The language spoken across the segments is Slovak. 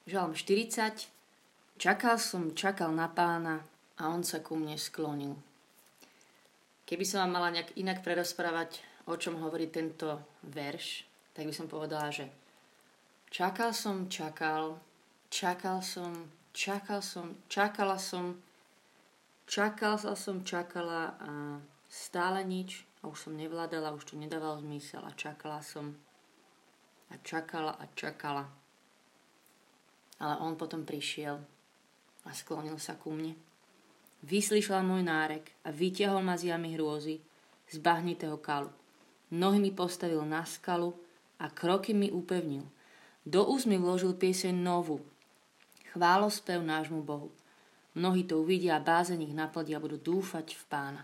Žalm 40. Čakal na Pána a on sa ku mne sklonil. Keby som vám mala nejak inak prerozprávať, o čom hovorí tento verš, tak by som povedala, že čakala som a stále nič a už som nevládala, už to nedával zmysel a čakala som a čakala. Ale on potom prišiel a sklonil sa ku mne. Vyslyšal môj nárek a vytiahol ma z jamy hrôzy, z bahnitého kalu. Nohy mi postavil na skalu a kroky mi upevnil. Do úst mi vložil pieseň novú, chválospev nášmu Bohu. Mnohí to uvidia a bázeň ich naplní a budú dúfať v Pána.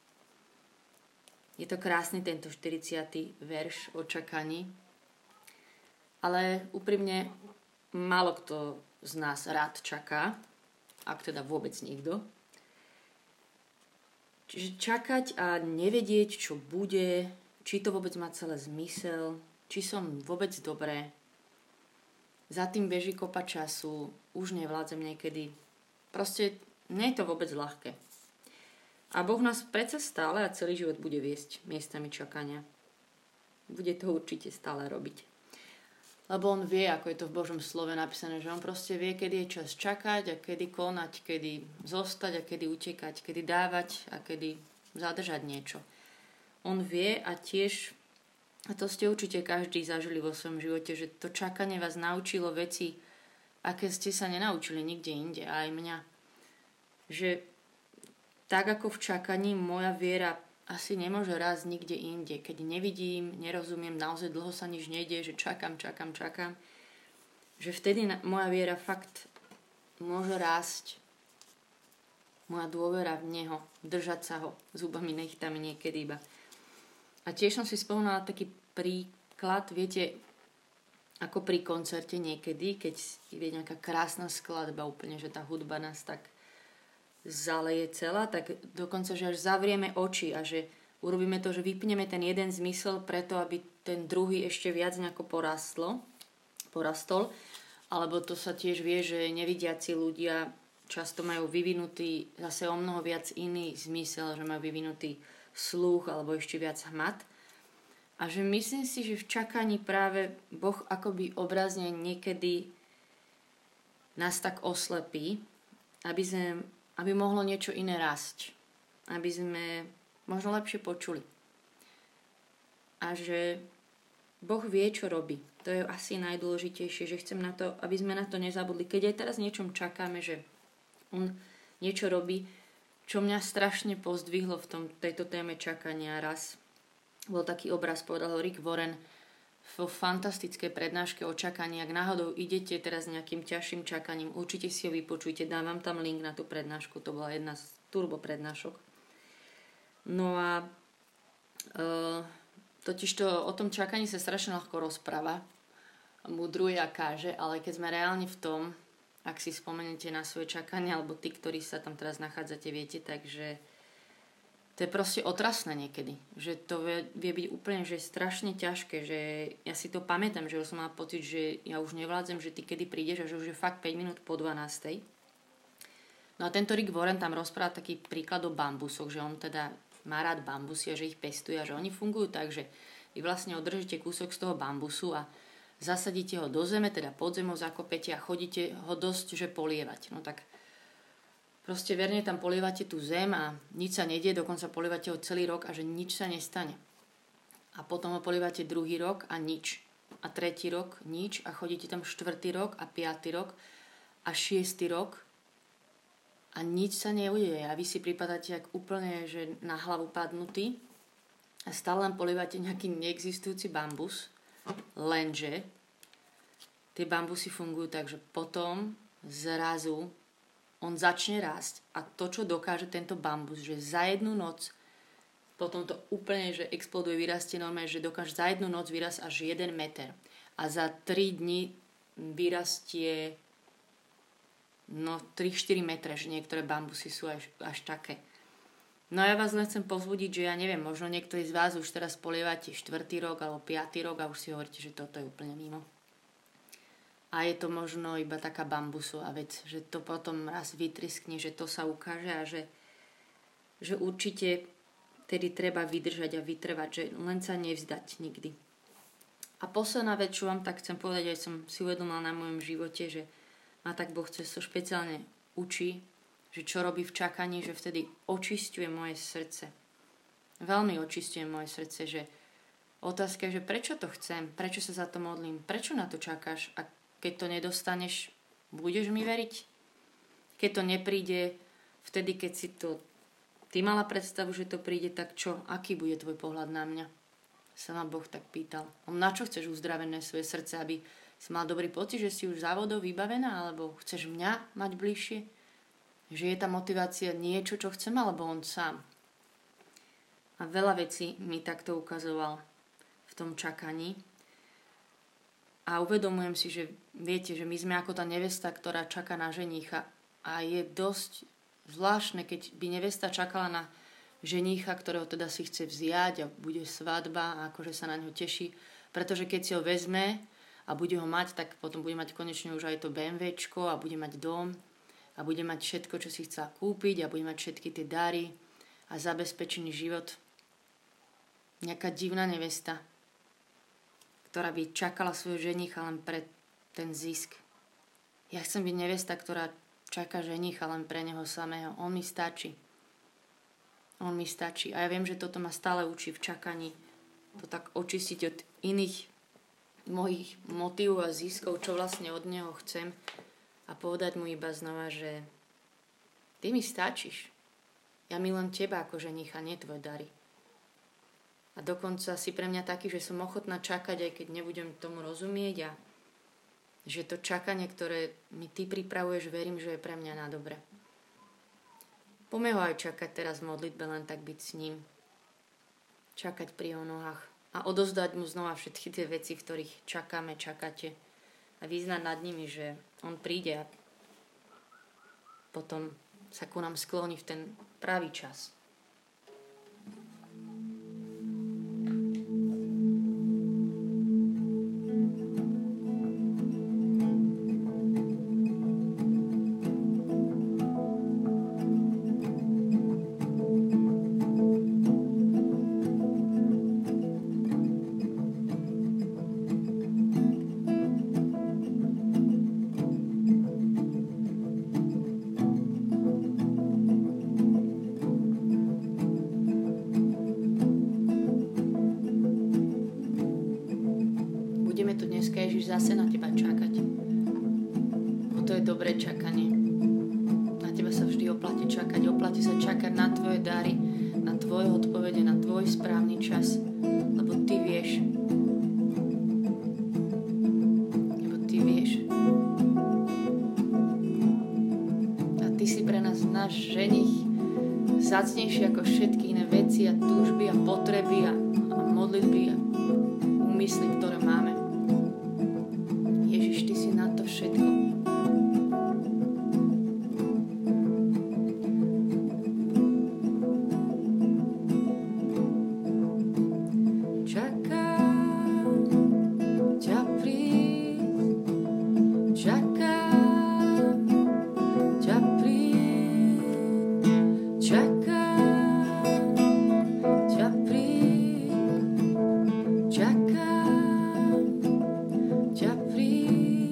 Je to krásny tento 40. verš o čakaní, ale úprimne málo kto z nás rád čaká, ak teda vôbec nikto. Čiže čakať a nevedieť, čo bude, či to vôbec má celé zmysel, či som vôbec dobré. Za tým beží kopa času, už nevládzem niekedy. Proste nie je to vôbec ľahké. A Boh nás predsa stále a celý život bude viesť miestami čakania. Bude to určite stále robiť. Lebo on vie, ako je to v Božom slove napísané, že on proste vie, kedy je čas čakať a kedy konať, kedy zostať a kedy utekať, kedy dávať a kedy zadržať niečo. On vie a tiež, a to ste určite každý zažili vo svojom živote, že to čakanie vás naučilo veci, aké ste sa nenaučili nikde inde, aj mňa. Že tak ako v čakaní moja viera asi nemôže rásť nikde inde. Keď nevidím, nerozumiem, naozaj dlho sa nič nejde, že čakám. Že vtedy moja viera fakt môže rásť. Moja dôvera v Neho, držať sa ho zubami nechtami niekedy iba. A tiež som si spomínala taký príklad, viete, ako pri koncerte niekedy, keď je nejaká krásna skladba úplne, že tá hudba nás tak zaleje celá, tak dokonca, že až zavrieme oči a že urobíme to, že vypneme ten jeden zmysel preto, aby ten druhý ešte viac nejako porastol. Alebo to sa tiež vie, že nevidiaci ľudia často majú vyvinutý zase o mnoho viac iný zmysel, že majú vyvinutý sluch alebo ešte viac hmat. A že myslím si, že v čakaní práve Boh akoby obrazne niekedy nás tak oslepí, aby mohlo niečo iné rásť. Aby sme možno lepšie počuli. A že Boh vie, čo robí. To je asi najdôležitejšie, že chcem na to, aby sme na to nezabudli. Keď aj teraz niečom čakáme, že on niečo robí, čo mňa strašne pozdvihlo v tejto téme čakania raz. Bol taký obraz, povedal ho Rick Warren vo fantastickej prednáške o čakaní. Ak náhodou idete teraz nejakým ťažším čakaním, určite si ho vypočujte, dám vám tam link na tú prednášku, to bola jedna z turbo prednášok. No a totižto o tom čakaní sa strašne ľahko rozpráva, mudruje a káže, ale keď sme reálne v tom, ak si spomenete na svoje čakanie, alebo tí, ktorí sa tam teraz nachádzate, viete, takže to je proste otrasné niekedy. Že to vie byť úplne že strašne ťažké. Že ja si to pamätám, že som mala pocit, že ja už nevládzem, že ty kedy prídeš a že už je fakt 5 minút po 12. No a tento Rick Warren tam rozpráva taký príklad o bambusoch, že on teda má rád bambusy a že ich pestuje a že oni fungujú tak, že vy vlastne održíte kúsok z toho bambusu a zasadíte ho do zeme, teda pod zemou zakopete a chodíte ho dosť že polievať. No tak proste verne tam polievate tú zem a nič sa nedie, dokonca polievate ho celý rok a že nič sa nestane. A potom ho polievate druhý rok a nič. A tretí rok nič a chodíte tam 4. rok a 5. rok a 6. rok a nič sa neudeje. A vy si pripadáte jak úplne že na hlavu padnutý a stále len polievate nejaký neexistujúci bambus, lenže tie bambusy fungujú tak, že potom zrazu on začne rásť a to, čo dokáže tento bambus, že za jednu noc potom to úplne, že exploduje, vyrastie normálne, že dokáže za jednu noc vyrásť až 1 meter. A za 3 dni vyrastie 3-4 metre, že niektoré bambusy sú až také. No ja vás len chcem povzbudiť, že ja neviem, možno niektorí z vás už teraz polievate 4. rok alebo 5. rok a už si hovoríte, že toto je úplne mimo. a je to možno iba taká bambusová vec, že to potom raz vytriskne, že to sa ukáže a že určite tedy treba vydržať a vytrvať, že len sa nevzdať nikdy. A posledná vec, čo vám tak chcem povedať, aj som si uvedomila na mojom živote, že ma tak Boh cez to špeciálne učí, že čo robí v čakaní, že vtedy očisťuje moje srdce. Veľmi očisťuje moje srdce, že otázka je, že prečo to chcem, prečo sa za to modlím, prečo na to čakáš a keď to nedostaneš, budeš mi veriť? Keď to nepríde, vtedy, keď si to ty mala predstavu, že to príde, tak čo? Aký bude tvoj pohľad na mňa? Sa ma Boh tak pýtal. Na čo chceš uzdravené svoje srdce, aby si mal dobrý pocit, že si už závodou vybavená, alebo chceš mňa mať bližšie? Že je tá motivácia niečo, čo chcem, alebo on sám? A veľa vecí mi takto ukazoval v tom čakaní. A uvedomujem si, že viete, že my sme ako tá nevesta, ktorá čaká na ženícha. A je dosť zvláštne, keď by nevesta čakala na ženícha, ktorého teda si chce vziať a bude svadba a akože sa na ňo teší. Pretože keď si ho vezme a bude ho mať, tak potom bude mať konečne už aj to BMWčko a bude mať dom a bude mať všetko, čo si chcela kúpiť a bude mať všetky tie dary a zabezpečený život. Nejaká divná nevesta, ktorá by čakala svojho ženícha len pre ten zisk. Ja chcem byť nevesta, ktorá čaká ženícha len pre neho samého. On mi stačí. On mi stačí. A ja viem, že toto ma stále učí v čakaní. To tak očistiť od iných mojich motivov a ziskov, čo vlastne od neho chcem. A povedať mu iba znova, že ty mi stačíš. Ja milujem teba ako ženícha, nie tvoje dary. A dokonca si pre mňa taký, že som ochotná čakať, aj keď nebudem tomu rozumieť a že to čakanie, ktoré mi ty pripravuješ, verím, že je pre mňa na dobre. Poďme ho aj čakať teraz v modlitbe, len tak byť s ním. Čakať pri jeho nohách a odozdať mu znova všetky tie veci, v ktorých čakáme, čakáte a vyznať nad nimi, že on príde a potom sa ku nám skloní v ten pravý čas. Zase na teba čakať. To je dobré čakanie. Na teba sa vždy oplatí čakať. Oplatí sa čakať na tvoje dary, na tvoje odpovede, na tvoj správny čas. Lebo ty vieš. Lebo ty vieš. A ty si pre nás náš ženich vzácnejší ako všetky iné veci a túžby a potreby a modlitby a úmysly, ktoré máme. Ježiš, ty si na to všetko. Čakám ťa prísť, čakám ťa prísť, čakám ťa prísť, čakám ťa prísť.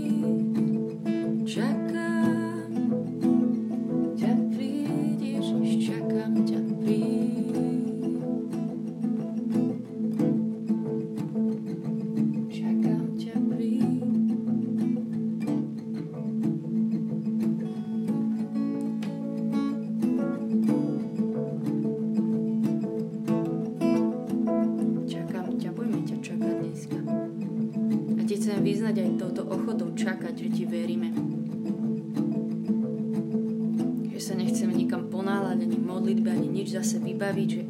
Čakám ťa príď, Ježiš, čakám ťa príď. Čakám ťa príď. Čakám ťa, budeme ťa čakať dneska. A ti chcem vyznať aj touto ochotou čakať, že ti veríme. Že sa nechceme nikam ponáhľať, ani modlitbe, ani nič zase vybaviť, že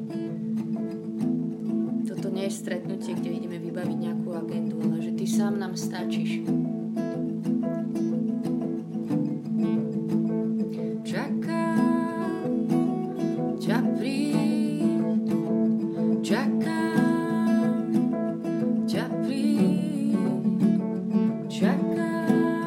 toto nie je stretnutie, kde ideme vybaviť nejakú agendu, ale že ty sám nám stačíš. Čakám ťa príď, čakám ťa príď, čakám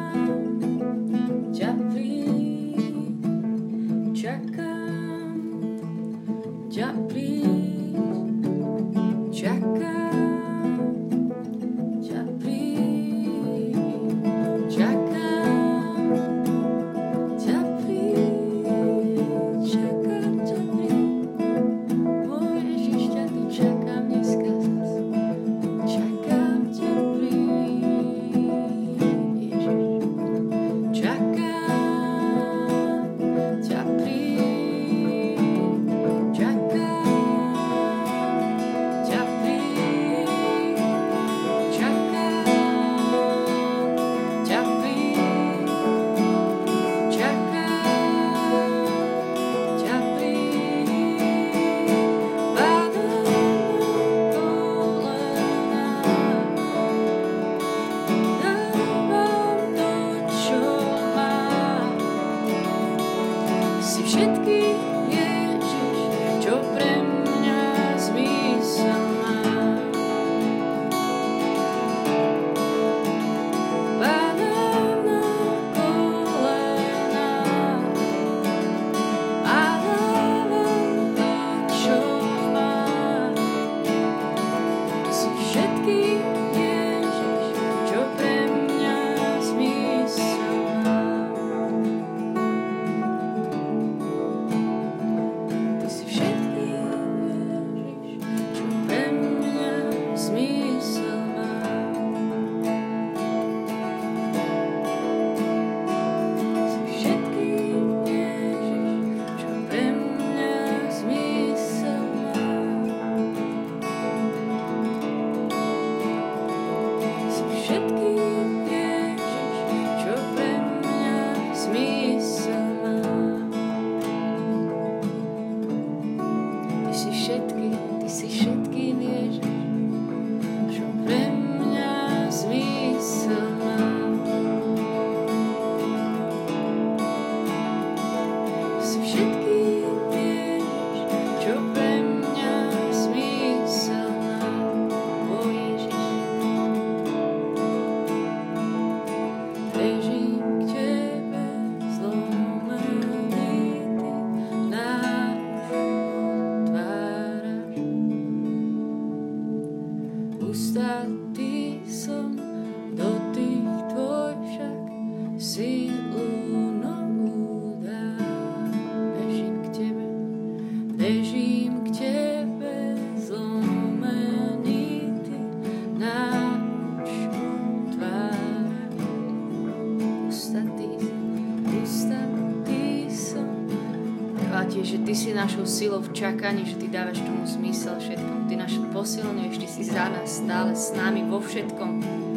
Ti, že Ty si našou silou v čakaní, že Ty dávaš tomu zmysel všetkom. Ty nás posilňuješ, Ty si za nás stále s nami vo všetkom.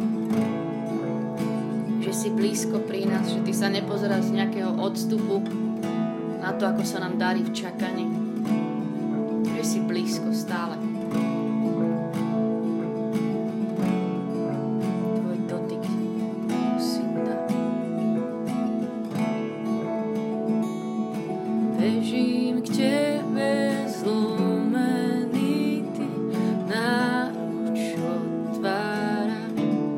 Že si blízko pri nás, že Ty sa nepozeráš z nejakého odstupu na to, ako sa nám darí v čakaní. Že si blízko stále. Tvoj dotyk si dá. Bežím k Tebe zlomený, Ty náruč otváraš.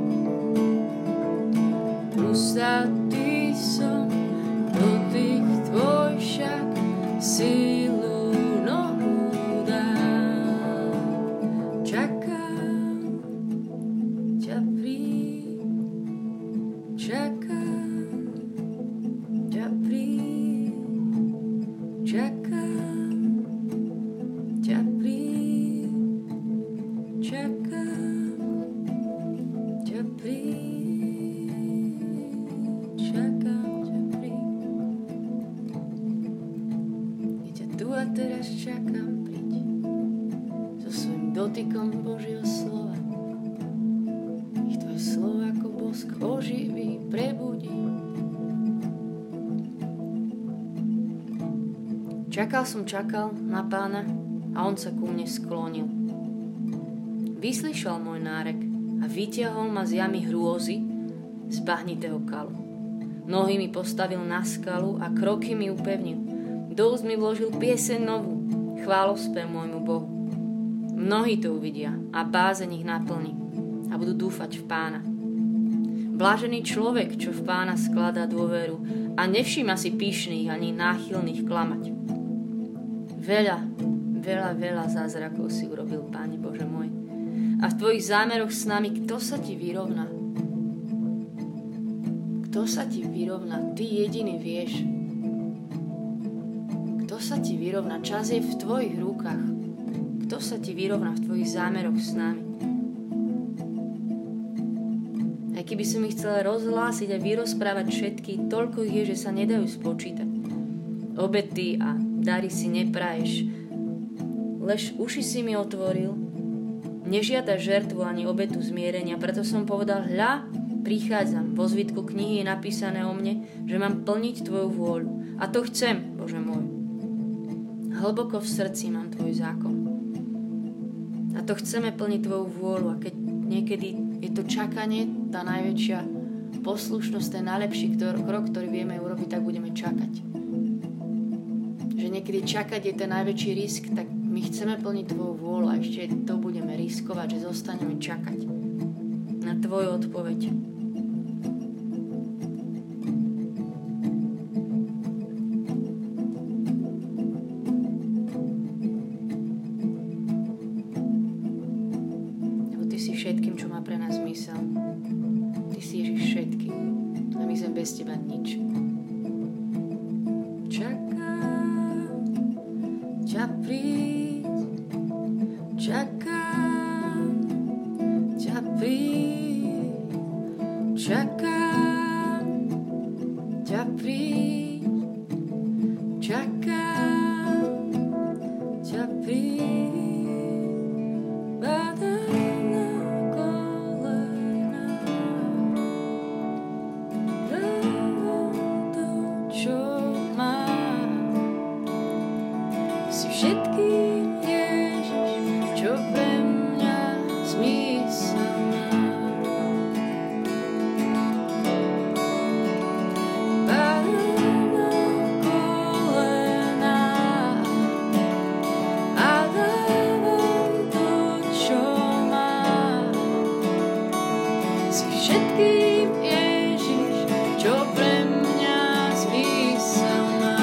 Usatý som, dotyk Tvoj však silu novú dá. Čakám ťa príď, čakám ťa príď, čakám ťa príď, čakám ťa príď, čakám ťa príď. Ja ťa tu a teraz čakám, príď so svojím dotykom Božieho slova. Ich Tvoje slovo ako bosk oživí, prebudí. Čakal na Pána a on sa ku mne sklonil. Vyslyšal môj nárek a vytiahol ma z jamy hrôzy, z bahnitého kalu. Nohy mi postavil na skalu a kroky mi upevnil. Do úst mi vložil pieseň novú, chválospev môjmu Bohu. Mnohí to uvidia a bázeň ich naplní a budú dúfať v Pána. Blážený človek, čo v Pána skladá dôveru a nevšíma si pyšných ani náchylných klamať. Veľa zázrakov si urobil, Páne Bože môj. A v Tvojich zámeroch s nami, kto sa Ti vyrovná? Kto sa Ti vyrovná? Ty jediný vieš. Kto sa Ti vyrovná? Čas je v Tvojich rukách. Kto sa Ti vyrovná v Tvojich zámeroch s nami? Aj keby som ich chcela rozhlásiť a vyrozprávať všetky, toľko ich je, že sa nedajú spočítať. Obety a dary si nepraješ, lež uši si mi otvoril, nežiada žertvu ani obetu zmierenia, preto som povedal, hľa, prichádzam, vo zvitku knihy je napísané o mne, že mám plniť Tvoju vôľu. A to chcem, Bože môj. Hlboko v srdci mám Tvoj zákon. A to chceme plniť Tvoju vôľu. A keď niekedy je to čakanie, tá najväčšia poslušnosť, ten najlepší krok, ktorý vieme urobiť, tak budeme čakať. Že niekedy čakať je ten najväčší risk, tak my chceme plniť Tvoju vôľu a ešte to budeme riskovať, že zostaneme čakať na Tvoju odpoveď. Lebo Ty si všetkým, čo má pre nás zmysel. Ty si Ježiš všetkým a my sme bez Teba nič. Ťa príď, čakám ťa príď, čakám ťa príď, čakám ťa príď, padám na kolena, dávam to, čo mám. Si všetkým Ježiš, čo pre mňa zmysel má. Padám na kolená a dávam to, čo mám. Si všetkým Ježiš, čo pre mňa zmysel má.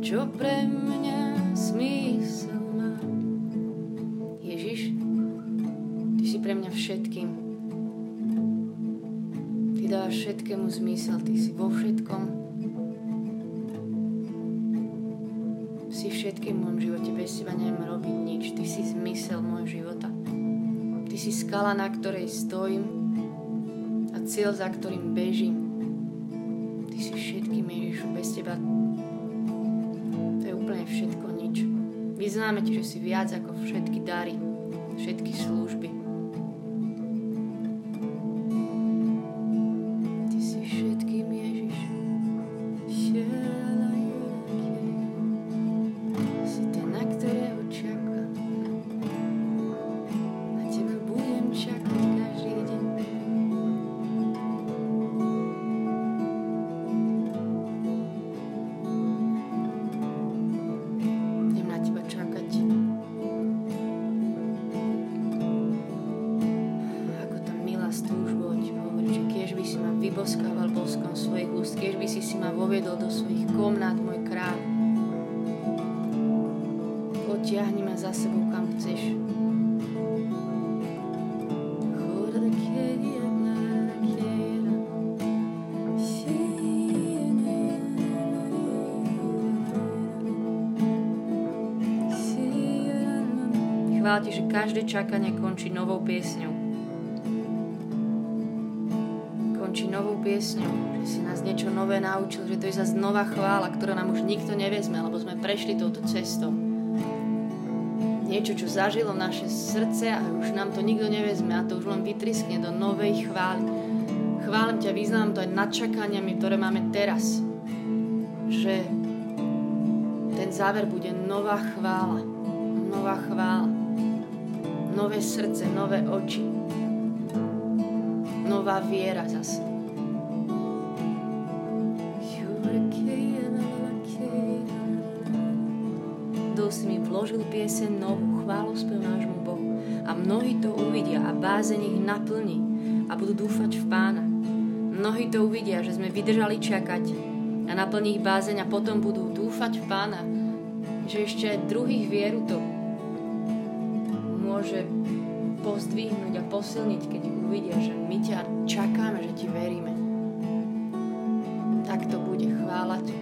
čo pre mňa smysl má. Ježiš, Ty si pre mňa všetkým. Ty dávaš všetkému zmysel, Ty si vo všetkom. Si všetkým v môjom živote, bez Teba neviem robiť nič. Ty si zmysel môjho života. Ty si skala, na ktorej stojím a cieľ, za ktorým bežím. Ty si všetkým, Ježišu, bez Teba to je úplne všetko nič. Vyznáme Ti, že si viac ako všetky dary, všetky služby. Ty si všetkým, Ježiš. Si ten, na ktorého čakám. Na Teba budem čakať každý deň. Idem na Teba čakať. Ako tá milá stúžba Ti hovorí, že kiež by si ma vyboskával boskom svojich úst, kiež by si ma voviedol do svojich komnát, môj kráľ. Potiahni ma za sebou, kam chceš. Chvála Ti, že každé čakanie končí novou piesňou. Končí novou piesňou, že si nás niečo nové naučil, že to je zase nová chvála, ktorá nám už nikto nevezme, lebo sme prešli touto cestou. Niečo, čo zažilo naše srdce a už nám to nikto nevezme a to už len vytriskne do novej chvály. Chválim Ťa, vyznám to aj nad čakaniami, ktoré máme teraz. Že ten záver bude nová chvála. Nová chvála. Nové srdce, nové oči. Nová viera zase. Duch si mi vložil pieseň novú, chválospev nášmu Bohu. A mnohí to uvidia a bázeň ich naplní a budú dúfať v Pána. Mnohí to uvidia, že sme vydržali čakať a naplní ich bázeň a potom budú dúfať v Pána. Že ešte aj druhých vieru to môže pozdvihnúť a posilniť, keď uvidia, že my ťa čakáme, že Ti veríme. Tak to bude. Chvála Ti.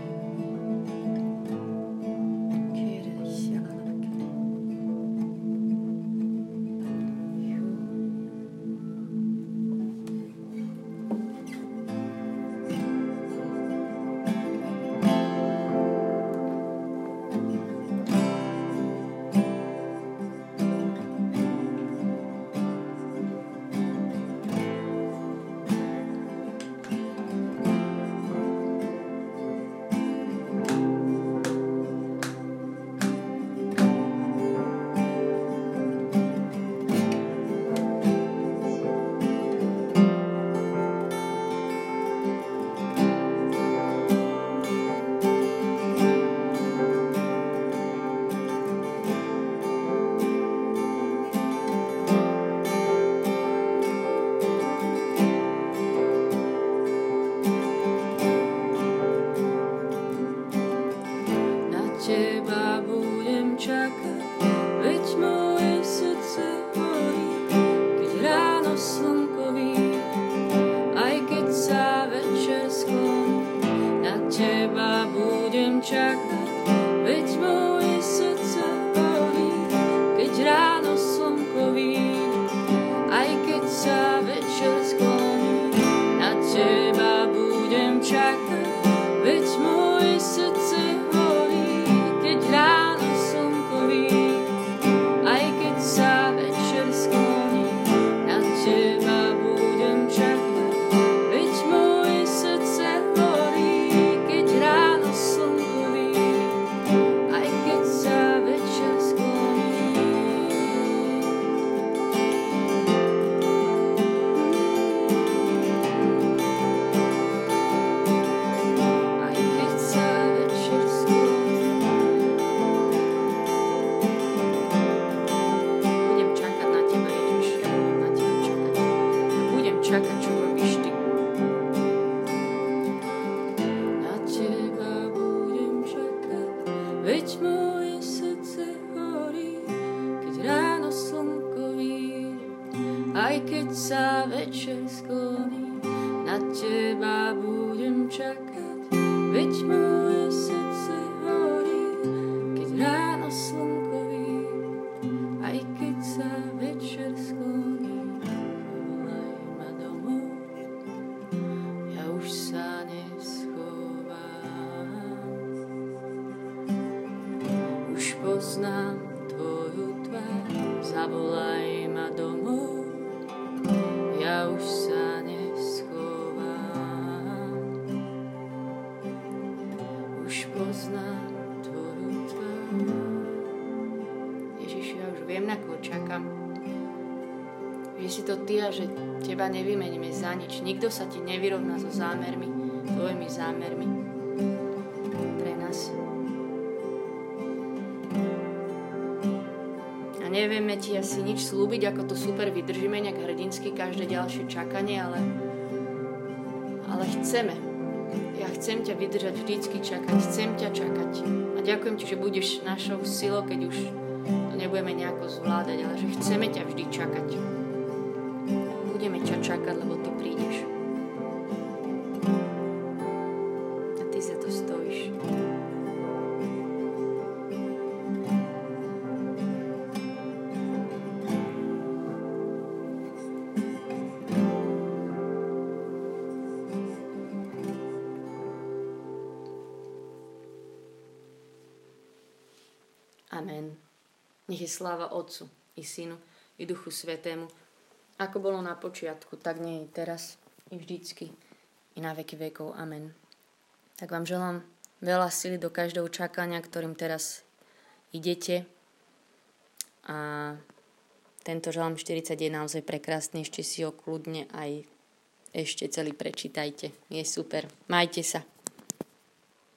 Teba budem čakať, veď moje srdce horí, keď ráno slnko vyjde, aj keď sa večer skloní. Na Teba budem čakať, veď moje srdce horí, keď ráno slnko vyjde, aj keď sa večer skloní. Na Teba budem čakať, veď moje srdce horí, keď ráno slnko vyjde, aj keď sa večer skloní. Na Teba budem čakať, veď moje srdce horí, keď ráno slnko vyjde, Na teba budem čakať, veď moje srdce horí, keď ráno slnko víje, aj keď sa večer skloní. Volaj ma domov, ja už sa neschovám. Už poznám tvoju tvár, zavolaj ma domov, ja už sa neschovám. Už poznám tvoju tvár. Ježiš, ja už viem, na koho čakám. Že si to ty a že teba nevymeníme za nič. Nikto sa ti nevyrovná so zámermi, tvojimi zámermi pre nás. A nevieme ti asi nič slúbiť, ako to super vydržíme nejak hrdinsky každé ďalšie čakanie, ale chceme. Ja chcem ťa vydržať vždycky čakať, chcem ťa čakať. A ďakujem ti, že budeš našou silou, keď už to nebudeme nejako zvládať, ale že chceme ťa vždy čakať. Budeme ťa čakať, lebo ty prídeš. A ty za to stojíš. Amen. Nech je sláva Otcu i Synu i Duchu Svätému, ako bolo na počiatku, tak nie je teraz i vždycky i na veky vekov. Amen. Tak vám želám veľa sily do každého čakania, ktorým teraz idete. A tento žalm 40 je naozaj prekrásny, ešte si ho kľudne aj ešte celý prečítajte. Je super. Majte sa.